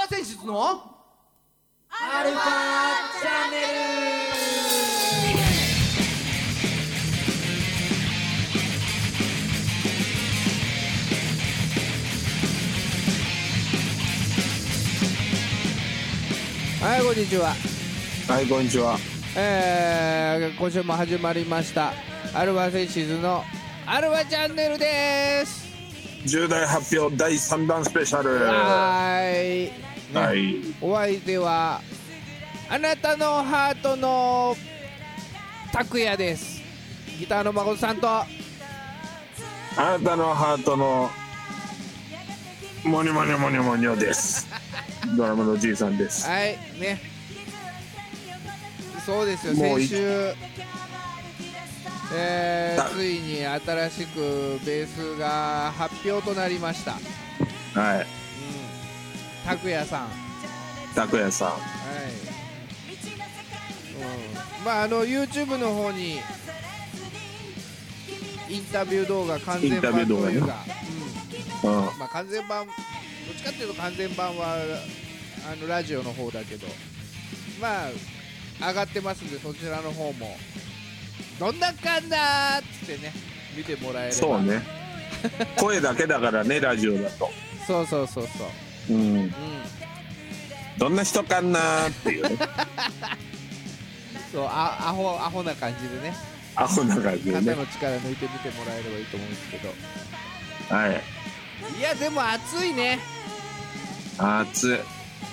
選出のアルファチャンネル。 はい、こんにちは。 はい、こんにちは。 今週も始まりましたアルファセンシズのアルファチャンネルです。 重大発表第3弾スペシャル。 ね、 はい。 お相手はあなたのハートの拓也です。ギターの誠さんと、 あなたのハートのモニョモニョモニョモニョです。ドラムのじいさんです。 はいね、そうですよ。 もう先週ついに新しくベースが発表となりました。 はい。 拓也さん。 拓也さん。 はい。まあYouTube の方にインタビュー動画完全版というか、まあ完全版、どっちかっていうと完全版はラジオの方だけど、まあ上がってますんで、そちらの方もどんな感じだーっつってね、見てもらえれば。 そうね。声だけだからね、ラジオだと。 そうそうそうそう。 どんな人かなーっていうね。 そう、アホな感じでね。 アホな感じでね。 肩の力抜いてみてもらえればいいと思うんですけど。 はい。 いやでも暑いね。 暑い。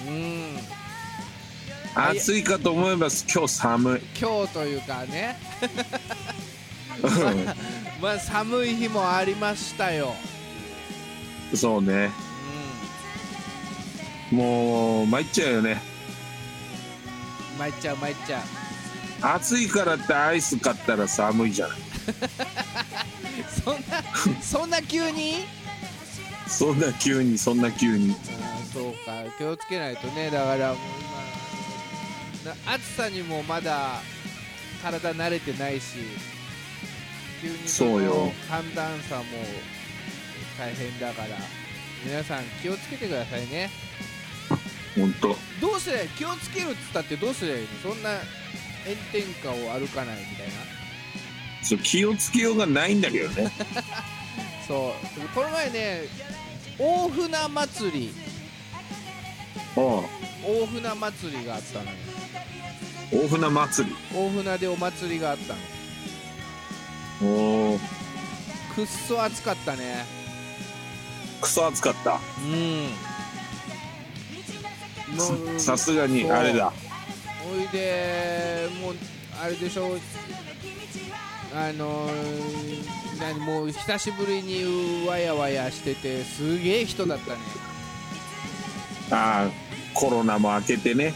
暑いかと思えば今日寒い。 今日というかね。まあ寒い日もありましたよ。 そうね。もう参っちゃうよね。 参っちゃう。 暑いからってアイス買ったら寒いじゃない。 そんな急にそんな急にそうか、気をつけないとね。だからもう今暑さにもまだ体慣れてないし、急にそうよ。 寒暖差も大変だから、皆さん気をつけてくださいね。 ほんと。 どうすりゃ気をつけるっつったってどうすりゃいいの？そんな炎天下を歩かないみたいな。 そう、気をつけようがないんだけどね。 そう、この前ね、大船祭りがあったのよ。 大船祭り。 大船でお祭りがあったの。 おー、 くっそ暑かったね。 クソ暑かった。 もうさすがにあれだ。 おいで、もうあれでしょ、もう久しぶりにわやわやしてて、すげえ人だったね。 ああ、コロナも明けてね。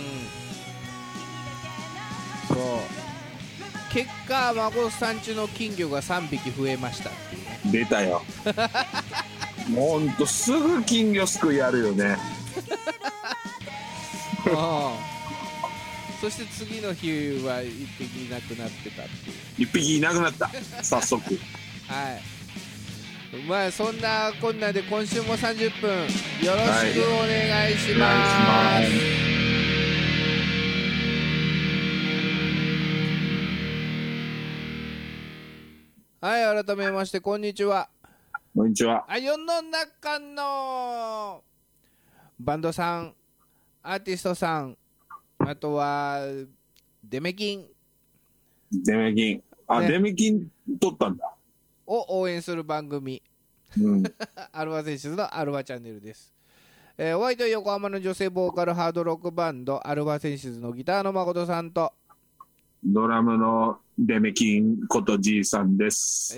そう、結果孫さんちの金魚が3匹増えましたっていうね。 出たよ。もうほんとすぐ金魚すくいやるよね。 そして次の日は1匹いなくなってたっていう。 一匹いなくなった。早速。 はい。まあそんなこんなで今週も30分よろしくお願いします。はい、改めましてこんにちは。 こんにちは。 世の中のバンドさん、アーティストさん、あとはデメキン。 デメキン。ね、デメキン取ったんだ。 を応援する番組。アルファセンシズのアルファチャンネルです。お相手は横浜の女性ボーカルハードロックバンドアルファセンシズのギターの誠さんと、 ドラムのデメキンことじいさんです。 はい。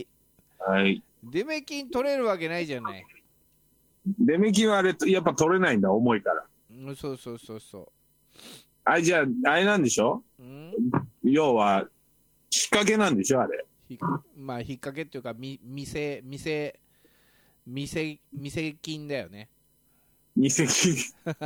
デメキン取れるわけないじゃない。 デメキンはあれやっぱ取れないんだ、重いから。 そう。 じゃああれなんでしょ、要は引っ掛けなんでしょあれ。 まあ引っ掛けっていうか店金だよね。 店金。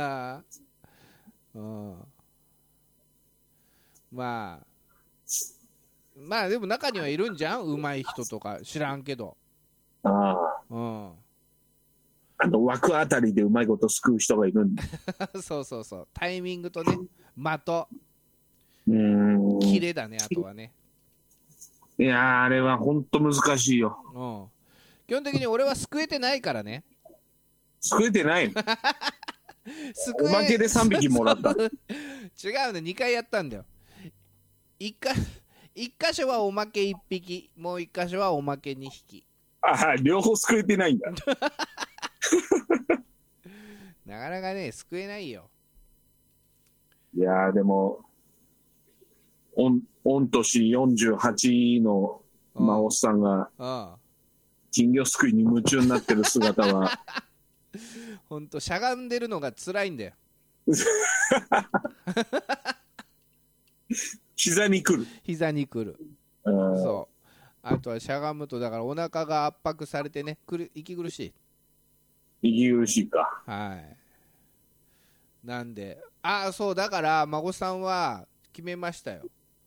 まあでも中にはいるんじゃん、上手い人とか知らんけど。 枠あたりでうまいこと救う人がいるんでそうそうそう、タイミングとね、間とキレだね、あとはね。 いやー、あれは本当難しいよ。 基本的に俺は救えてないからね。 救えてないおまけで3匹もらった。 違うね、2回やったんだよ。1箇所はおまけ1匹、もう1箇所はおまけ2匹。 両方救えてないんだ。 なかなかね、救えないよ。 いやー、でも御年48の真央さんが金魚すくいに夢中になってる姿はほんとしゃがんでるのが辛いんだよ。 膝に来る。 そう。あとはしゃがむと、だからお腹が圧迫されてね、息苦しい。 息苦しいか。 はい。なんで、そう、だから孫さんは決めましたよ。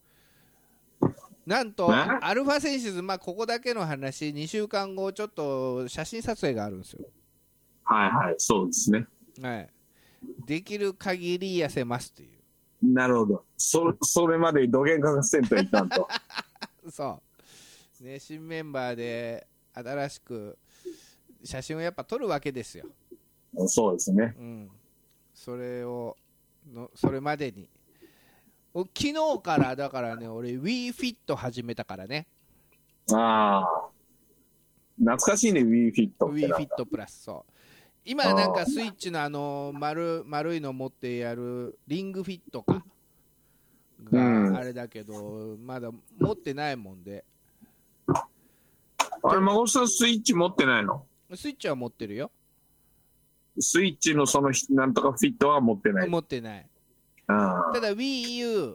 なんとアルファセンシズ、ここだけの話、2週間後ちょっと写真撮影があるんですよ。 はいはい、そうですね。 はい。できる限り痩せますという。 なるほど。それまでに土下座せんといかんと。 そうね、新メンバーで新しく写真をやっぱ撮るわけですよ。 そうですね。 それまでに昨日からだからね、俺 WeFit 始めたからね。 懐かしいね、WeFit って。 WeFit プラス。そう、今なんかスイッチの丸いの持ってやるリングフィットかがあれだけど、まだ持ってないもんで。 あれ、孫さんスイッチ持ってないの？ スイッチは持ってるよ。 スイッチのそのなんとかフィットは持ってない。 持ってない。ただ WiiU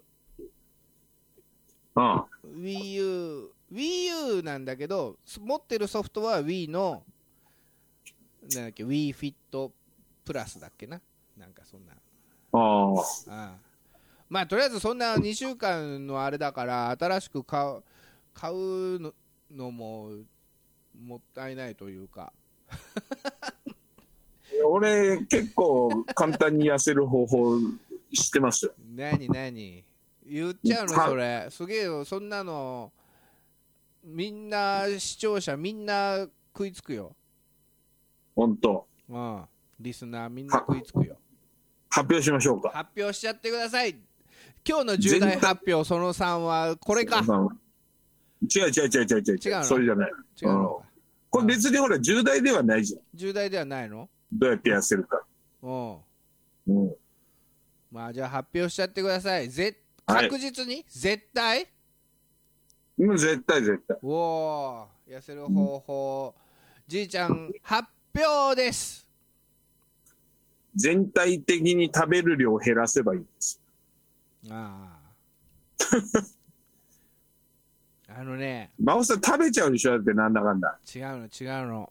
なんだけど、持ってるソフトは Wii のなんだっけ、WeFit プラスだっけな、なんかそんな。とりあえずそんな2週間のあれだから、新しく買うのももったいないというか。 俺結構簡単に痩せる方法知ってますよ。 何言っちゃうのそれ。すげえよ、そんなのみんな、視聴者みんな食いつくよ。 本当。 リスナーみんな食いつくよ。 発表しましょうか。 発表しちゃってください。今日の重大発表その3はこれか。 違う、それじゃない。 違うの。 これ別にほら重大ではないじゃん。 重大ではないの？ どうやって痩せるか。 じゃあ発表しちゃってください。確実に、絶対？ 絶対。 おお、痩せる方法、じいちゃん発表です。 全体的に食べる量を減らせばいいんです。 真央さん食べちゃうでしょ、だってなんだかんだ。 違うの。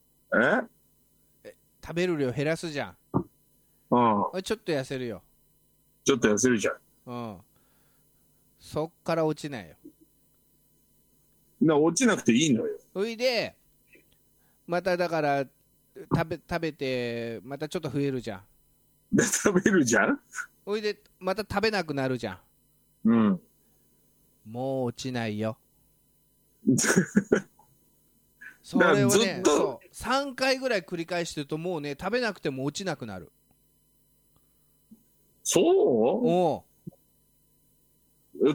食べる量減らすじゃん。ちょっと痩せるよ。 ちょっと痩せるじゃん。 そっから落ちないよ。 落ちなくていいのよ。 それでまただから食べてまたちょっと増えるじゃん。 食べるじゃん。 それでまた食べなくなるじゃん。もう落ちないよ。それをね、3回ぐらい繰り返してるともうね、食べなくても落ちなくなる。 そう？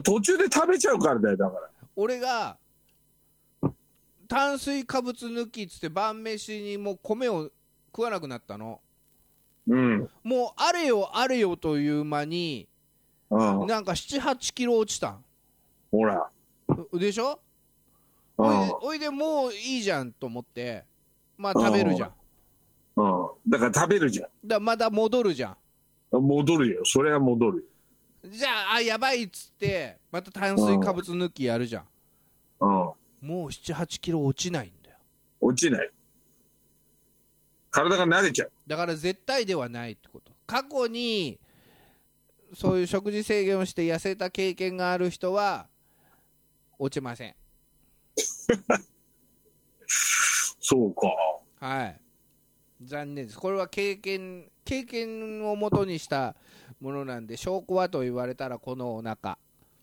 途中で食べちゃうからだよ。だから俺が炭水化物抜きっつって晩飯にもう米を食わなくなったの。もうあれよという間になんか 7,8 キロ落ちたん。 ほらでしょ。おいでもういいじゃんと思って食べるじゃん。だから食べるじゃん。 また戻るじゃん。 戻るよ、それは戻る。 じゃあやばいっつってまた炭水化物抜きやるじゃん。もう 7,8 キロ落ちないんだよ。 落ちない。体が慣れちゃう。 だから絶対ではないってこと。過去にそういう食事制限をして痩せた経験がある人は落ちません。 そうか。 はい。 残念です。これは経験をもとにしたものなんで、証拠はと言われたらこのお腹。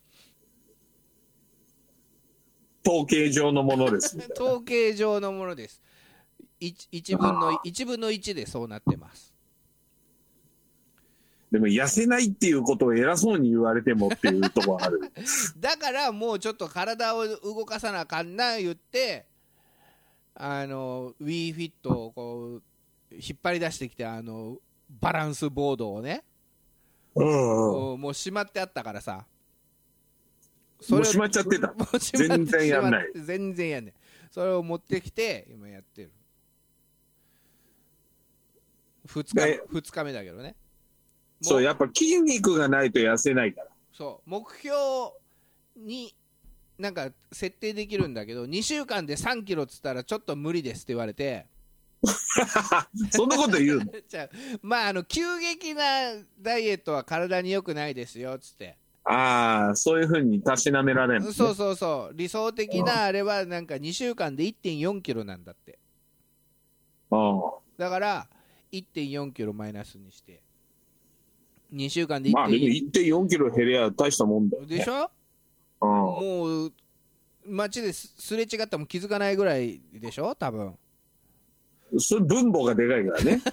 統計上のものです。 統計上のものです。1分の1でそうなってます。 でも痩せないっていうことを偉そうに言われてもっていうところある。 だからもうちょっと体を動かさなあかんな言って、WeFit をこう引っ張り出してきて、バランスボードをね、もうしまってあったからさ。 もうしまっちゃってた。全然やんない。 全然やんない。それを持ってきて今やってる。2日目だけどね。 そう、やっぱ筋肉がないと痩せないから。 そう、目標になんか設定できるんだけど、2週間で3キロっつったらちょっと無理ですって言われて。 そんなこと言うの？ まあ急激なダイエットは体に良くないですよっつって。 ああ、そういうふうにたしなめられるのね。 そうそうそう、理想的なあれはなんか2週間で 1.4 キロなんだって。だから1.4 キロマイナスにして2週間で 1.4 キロ減りゃ大したもんだよ、ね、 でしょ。もう街ですれ違っても気づかないぐらいでしょ多分。 それ分母がでかいからね。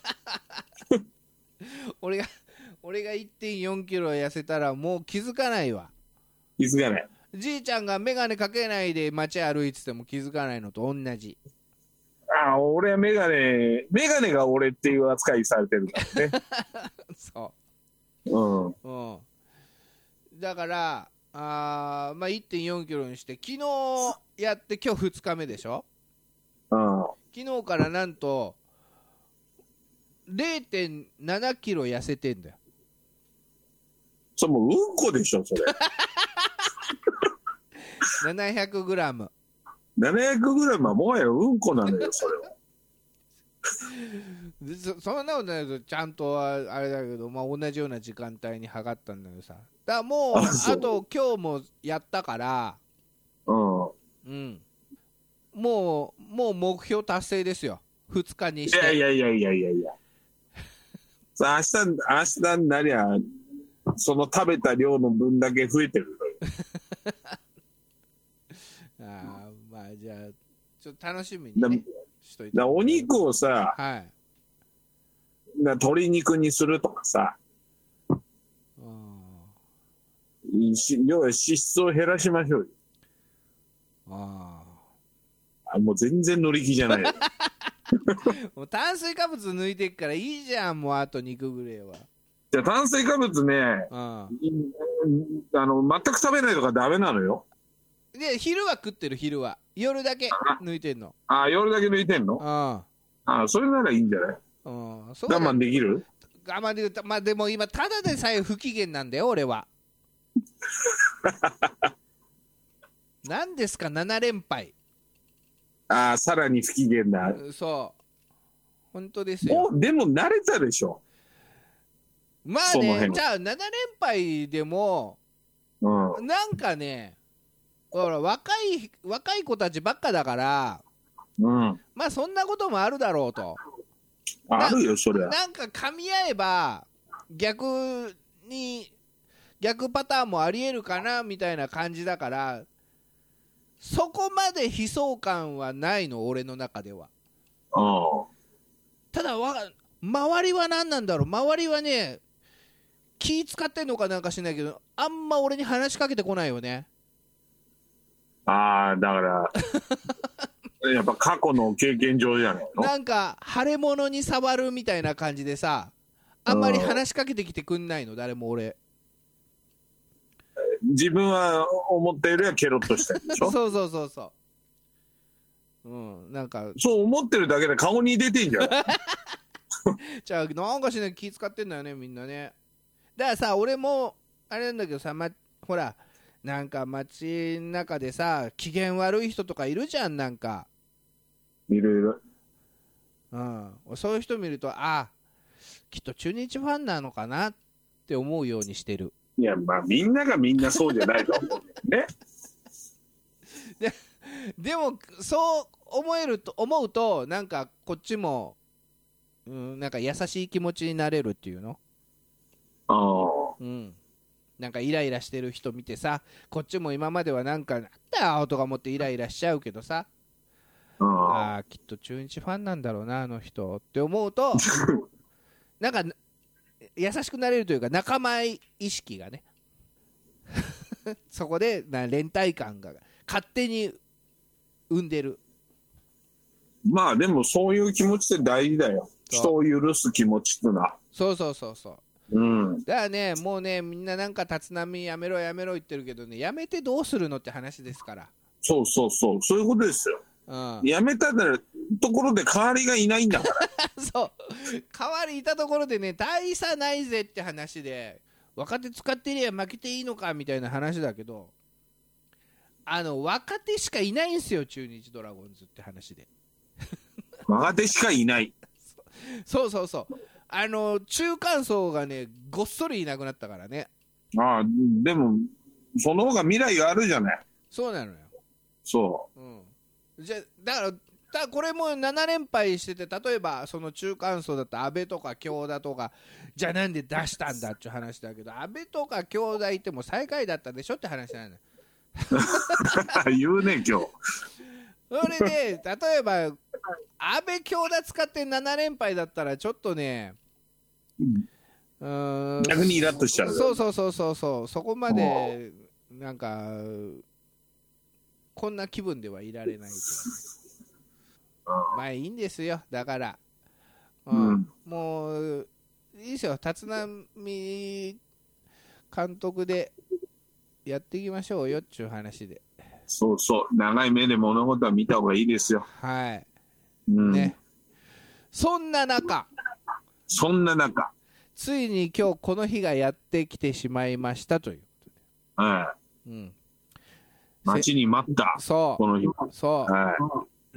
俺が 1.4 キロ痩せたらもう気づかないわ。 気づかない。 じいちゃんが眼鏡かけないで街歩いてても気づかないのと同じ。 俺は眼鏡が俺っていう扱いされてるからね。 そう。だからまあ 1.4 キロにして、昨日やって今日2日目でしょ。昨日からなんと 0.7 キロ痩せてんだよ。 それもううんこでしょそれ。 700グラム。 700グラムはもはやうんこなのよそれは。 そんなことないとちゃんとはあれだけど、まあ同じような時間帯に測ったんだけどさ。だからもうあと今日もやったから、もう目標達成ですよ。2日にして。 いや。さあ明日になりゃその食べた量の分だけ増えてるのよ。 まあじゃあちょっと楽しみにねしといて。 お肉をさ、鶏肉にするとかさ、要は脂質を減らしましょうよ。もう全然乗り気じゃないよ。 もう炭水化物抜いていくからいいじゃん、もうあと肉ぐれは。 じゃあ炭水化物ね、全く食べないとかダメなのよ。 で昼は食ってる。昼は夜だけ抜いてんの。 夜だけ抜いてんの。それならいいんじゃない。我慢できる。 我慢できる。まあでも今ただでさえ不機嫌なんだよ俺は。何ですか7連敗。 さらに不機嫌な。 そう本当ですよ。 でも慣れたでしょ。 まあね、じゃあ7連敗でも、なんかね、ほら若い子たちばっかだから、まあそんなこともあるだろうと。 あるよそれは。 なんか噛み合えば逆パターンもありえるかなみたいな感じだから、そこまで悲壮感はないの俺の中では。ただ周りは何なんだろう。周りはね気使ってんのかなんかしないけど、あんま俺に話しかけてこないよね。 だからやっぱ過去の経験上じゃないの。 なんか腫れ物に触るみたいな感じでさ、あんまり話しかけてきてくんないの誰も俺。 自分は思ったよりはケロッとしてるでしょ。 そうなんかそう思ってるだけで顔に出てんじゃん。 じゃあなんかしない気使ってんだよねみんなね。だからさ俺もあれなんだけどさ、ほらなんか街の中でさ機嫌悪い人とかいるじゃん。なんかいる。 そういう人見るときっと中日ファンなのかなって思うようにしてる。 いやまあみんながみんなそうじゃないと思うね。 でもそう思うとなんかこっちもなんか優しい気持ちになれるっていうの。なんかイライラしてる人見てさ、こっちも今まではなんかなんだよとか思ってイライラしちゃうけどさ、ああきっと中日ファンなんだろうなあの人って思うとなんか優しくなれるというか、仲間意識がねそこで連帯感が勝手に生んでる。 まあでもそういう気持ちって大事だよ。人を許す気持ちってのは。 そうそうそうそう。だからね、もうね、みんななんか立浪やめろやめろ言ってるけどね、やめてどうするのって話ですから。 そうそうそう、そういうことですよ。やめたところで代わりがいないんだからそう、代わりいたところでね、大差ないぜって話で、若手使ってりゃ負けていいのかみたいな話だけど、若手しかいないんですよ、中日ドラゴンズって話で。 若手しかいない。 そうそうそう。中間層がね、ごっそりいなくなったからね。 でも、その方が未来があるじゃない。 そうなのよ。 そう。 じゃだからこれも7連敗してて、例えばその中間層だった阿部とか京田とか、じゃあなんで出したんだっていう話だけど、阿部とか京田いても最下位だったでしょって話なのよ。 言うね今日。 それで例えば阿部京田使って7連敗だったらちょっとね、 逆にイラッとしちゃう。 そうそうそうそうそう、そこまでなんかこんな気分ではいられないと。まあいいんですよ、だから、もういいですよ、立浪監督でやっていきましょうよっていう話で。 そうそう、長い目で物事は見た方がいいですよ。 はい、ね。そんな中ついに今日この日がやってきてしまいましたということで、 待ちに待ったこの日。 そう、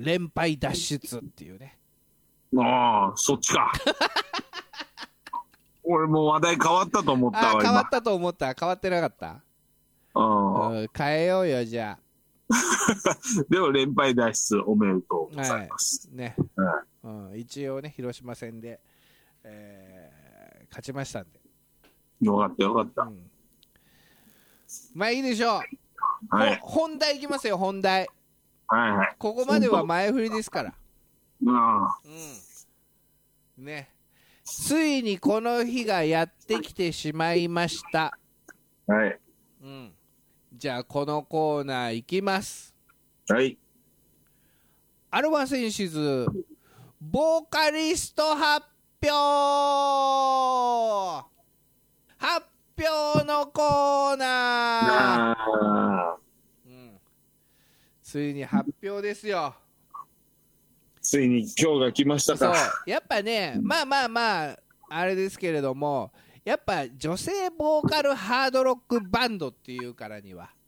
連敗脱出っていうね。 そっちか俺もう話題変わったと思ったわ。 変わったと思った。変わってなかった。変えようよじゃあでも連敗脱出おめでとうございます、 ね。一応ね、広島戦で、勝ちましたんでよかったよかった、 まあいいでしょう。本題いきますよ、本題。ここまでは前振りですから。ね、ついにこの日がやってきてしまいました。じゃあこのコーナーいきます。アルファセンシズボーカリスト発表のコーナー。ついに発表ですよ。 ついに今日が来ましたか。 そうやっぱね、まああれですけれども、やっぱ女性ボーカルハードロックバンドっていうからには、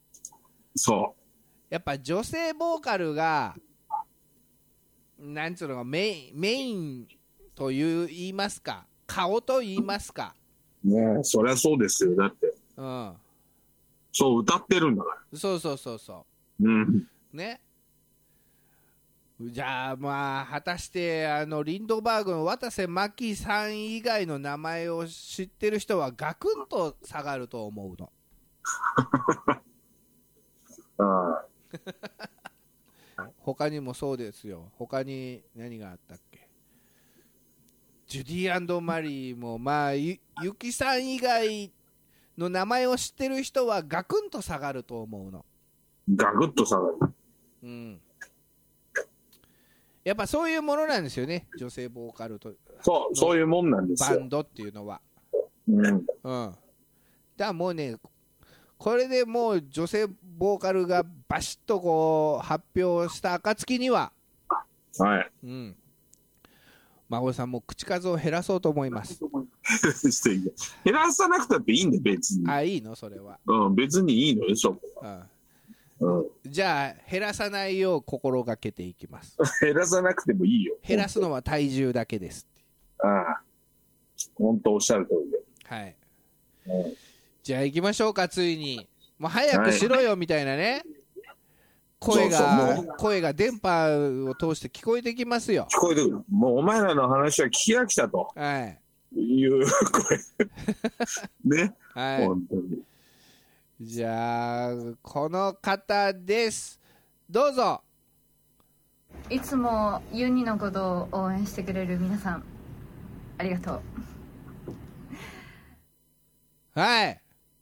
やっぱ女性ボーカルがなんつうのかメインと言いますか、顔と言いますかね。そりゃそうですよ。だってそう歌ってるんだから。 そうね。じゃあまあ果たしてリンドバーグの渡瀬真希さん以外の名前を知ってる人はガクンと下がると思うの他にもそうですよ。他に何があったっけ。ジュディ&マリーもまあゆきさん以外の名前を知ってる人はガクンと下がると思うの。 ガクッと下がる。 やっぱそういうものなんですよね、女性ボーカルと。 そういうもんなんですよ、 バンドっていうのは。だからもうね、これでもう女性ボーカルがバシッとこう発表した暁には、孫さんも口数を減らそうと思います減らさなくたっていいんだよ別に。 いいのそれは。 別にいいのよそこは。 じゃあ減らさないよう心がけていきます減らさなくてもいいよ。 減らすのは体重だけですって。 本当おっしゃる通りで。 じゃあ行きましょうか。ついにもう早くしろよみたいなね、 声が電波を通して聞こえてきますよ。 聞こえてくる。もうお前らの話は聞き飽きたと、いう声ね、はい、本当に。 じゃあこの方です、どうぞ。 いつもユニのことを応援してくれる皆さん、ありがとう。 はい。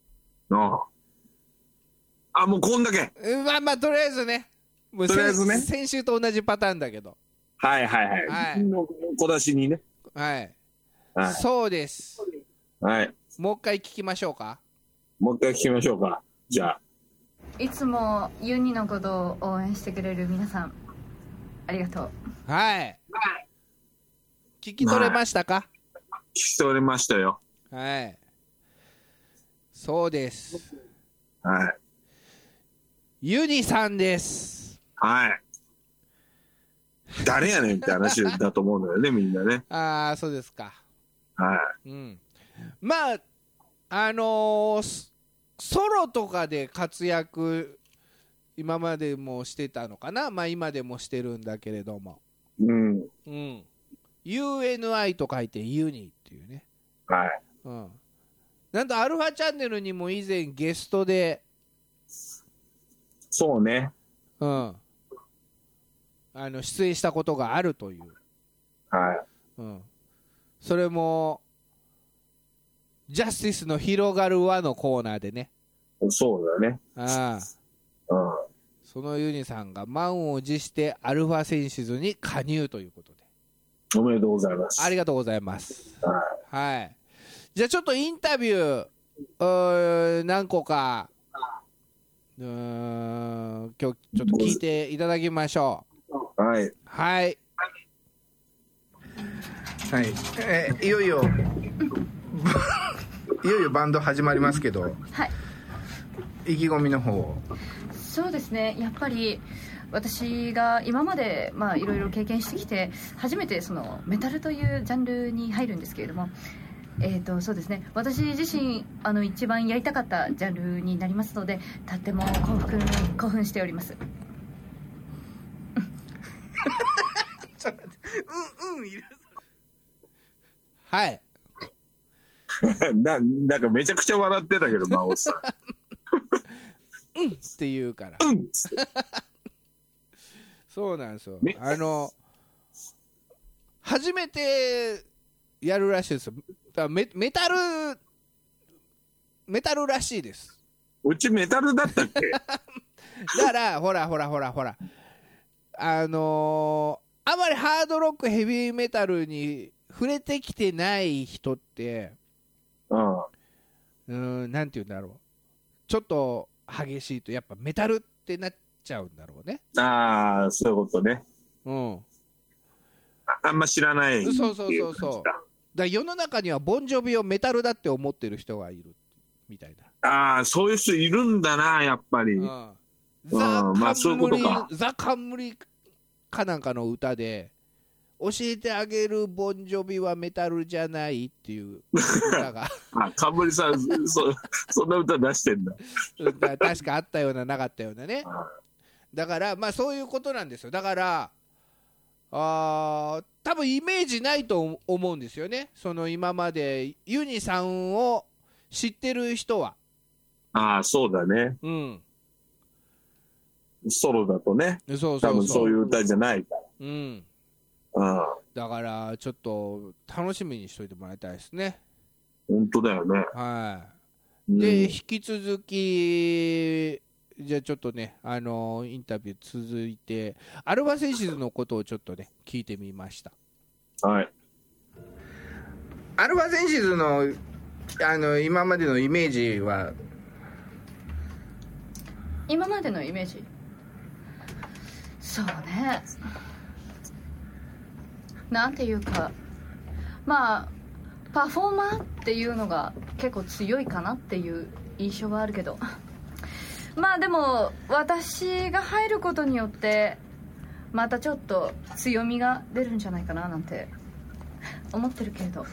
もうこんだけ。 まあとりあえずね。 とりあえずね。 先週と同じパターンだけど。 はいはいはい。はい、小出しにね。 はい。はい、そうです。 はい。 もう一回聞きましょうか。 もう一回聞きましょうか。じゃあ。 いつもユニのことを応援してくれる皆さん、ありがとう。 はい。聞き取れましたか？ 聞き取れましたよ。 はい。そうです。 はい。 ユニさんです。 はい。誰やねんって話だと思うんだよね、みんなね。 ああ、そうですか。 はい。 うん。まあソロとかで活躍今までもしてたのかな。まあ今でもしてるんだけれども。 うん。 うん。UNI と書いてユニっていうね。 はい。 うん。なんとアルファチャンネルにも以前ゲストで。 そうね。 うん。出演したことがあるという。 はい。 うん。それもジャスティスの広がる輪のコーナーでね。 そうだね。 ああ。うん。そのユニさんが満を持してアルファセンシズに加入ということで。 おめでとうございます。 ありがとうございます。 はい。 はい。じゃあちょっとインタビュー何個か今日ちょっと聞いていただきましょう。はい。 はい。 はい。いよいよバンド始まりますけど、はい、意気込みの方。 そうですね、やっぱり私が今までいろいろ経験してきて初めてそのメタルというジャンルに入るんですけれども、そうですね、私自身一番やりたかったジャンルになりますので、とっても興奮しております。 いる。はい。 なんかめちゃくちゃ笑ってたけど、真央さん。うんって言うから。そうなんですよ。初めてやるらしいですよ。メタルらしいです。 うちメタルだったっけ？ だからほらあまりハードロックヘビーメタルに触れてきてない人って、なんていうんだろう、ちょっと激しいとやっぱメタルってなっちゃうんだろうね。 ああ、そういうことね。 うん。 あんま知らない。 そう。だ世の中にはボンジョビをメタルだって思ってる人がいるみたいな。 ああ、そういう人いるんだな、やっぱり。 ザ・カンムリかなんかの歌で教えてあげるボンジョビはメタルじゃないっていう歌がカンムリさんそんな歌出してんだ。 確かあったようななかったようなね。だからそういうことなんですよ。だから多分イメージないと思うんですよね。その今までユニさんを知ってる人は。 ああ、そうだね。 うん。 ソロだとね。 そう多分そういう歌じゃないから。 うん。だからちょっと楽しみにしといてもらいたいですね。 本当だよね。 はい。で、引き続きじゃあちょっとねインタビュー続いてアルファセンシズのことをちょっとね聞いてみました。 はい。 アルファセンシズの今までのイメージは。 今までのイメージ、そうね、なんていうかパフォーマーっていうのが結構強いかなっていう印象はあるけど、でも私が入ることによってまたちょっと強みが出るんじゃないかななんて思ってるけれど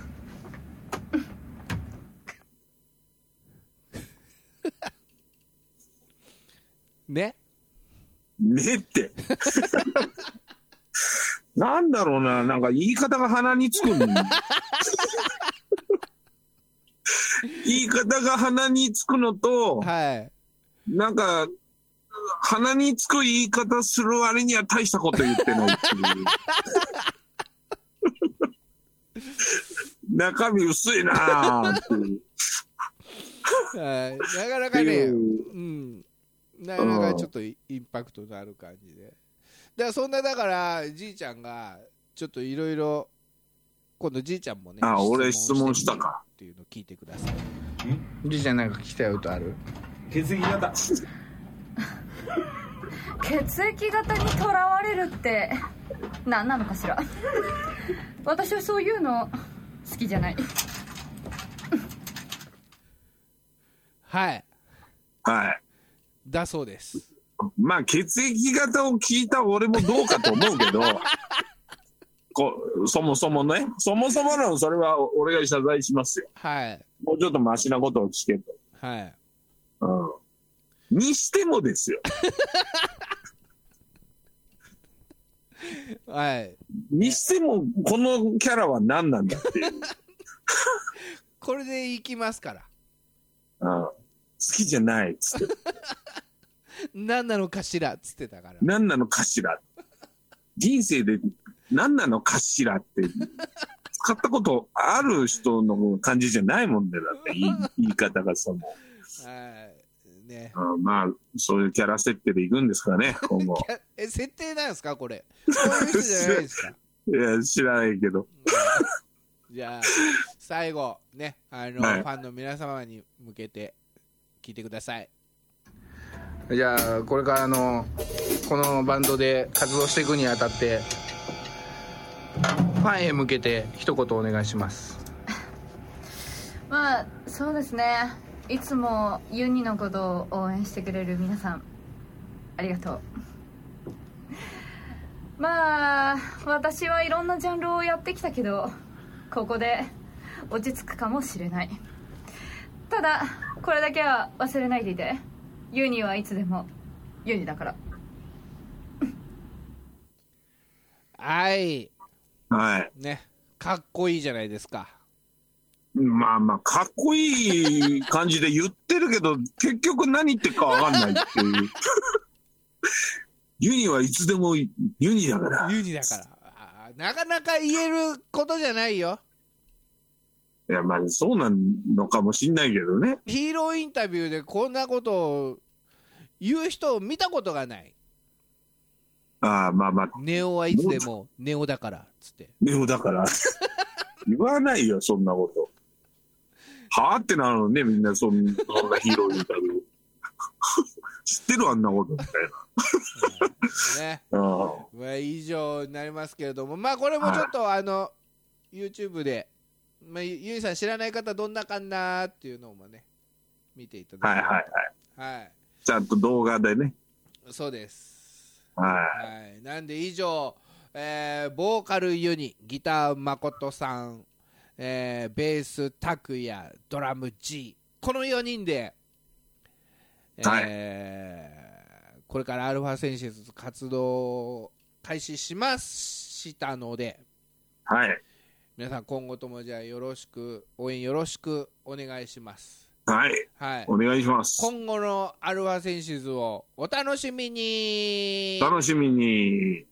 ね。 ねってなんだろうな、なんか言い方が鼻につくん言い方が鼻につくのと、 はい、 なんか鼻につく言い方する割には大したこと言ってないっていう中身薄いなーっていうはい、なかなかね、なかなかちょっとインパクトのある感じで、だからそんな、だからじいちゃんがちょっといろいろ今度じいちゃんもね、 俺質問したかっていうのを聞いてください。 じいちゃんなんか聞きたいことある？ 血液型血液型にとらわれるって何なのかしら私はそういうの好きじゃないはいはいだそうです。 まあ血液型を聞いた俺もどうかと思うけどそもそもね、そもそものそれは俺が謝罪しますよ。 はい。 もうちょっとマシなことを聞けと。 はい。 にしてもですよ。 はい。 にしてもこのキャラは何なんだっていう。 これでいきますから。 好きじゃないっつって。 何なのかしらっつってたから。 何なのかしら。人生で何なのかしらって使ったことある人の感じじゃないもんで、だって言い方がさ、もう。 はいね。 まあそういうキャラ設定でいくんですかね、今後。 設定なんですかこれ？そういう人じゃないですか？ いや知らないけど。 じゃあ最後ね、はい、ファンの皆様に向けて聞いてください。 じゃあこれからこのバンドで活動していくにあたってファンへ向けて一言お願いします。 まあそうですね、いつもユニのことを応援してくれる皆さんありがとう。まあ私はいろんなジャンルをやってきたけどここで落ち着くかもしれない。ただこれだけは忘れないでいて、ユニはいつでもユニだから。 はいはいね、かっこいいじゃないですか。 まあまあかっこいい感じで言ってるけど結局何言ってるか分かんないっていうユニはいつでもユニだから。 ユニだからなかなか言えることじゃないよ。 いやまあそうなのかもしんないけどね。 ヒーローインタビューでこんなことを言う人を見たことがない。 まあまあネオはいつでもネオだからっつって。 ネオだから言わないよそんなこと。はあってなるのね、みんなそんなヒーローインタビュー知ってるあんなことみたいなね。まあ以上になりますけれども、まあこれもちょっとYouTube で、まあ、ゆいさん知らない方どんなかなっていうのもね見ていただいて、はい、 ちゃんと動画でね。 そうです。 はい、 なんで以上、ボーカルユニ、ギター誠さん、ベース拓也、ドラム G、 この4人で、これからアルファセンシズ活動を開始しましたので、 はい、 皆さん今後ともじゃあよろしく応援よろしくお願いします。 はい、お願いします。 今後のアルファセンシズをお楽しみに。 楽しみに。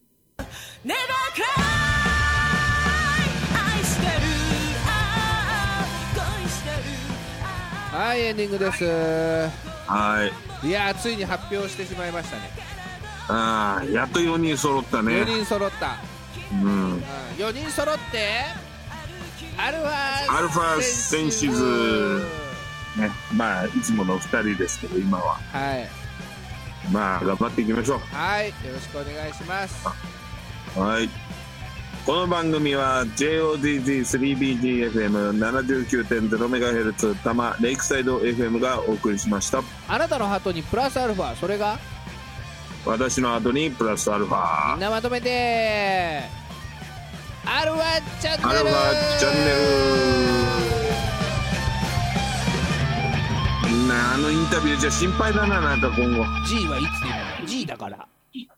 はい、エンディングです。 はい。 いやついに発表してしまいましたね。 やっと4人揃ったね。 4人揃った。4人揃ってアルファセンシズね、まあいつもの2人ですけど今は、 はい、 まあ頑張っていきましょう。 はい、よろしくお願いします。 はい、この番組は JOZZ3BGFM79.0MHz 多摩レイクサイド FM がお送りしました。 あなたのハートにプラスアルファ、それが私の後にプラスアルファ。 みんなまとめてアルファチャンネル。 アルファチャンネル。あのインタビューじゃ心配だな、なんか今後。 G はいつでも G だから。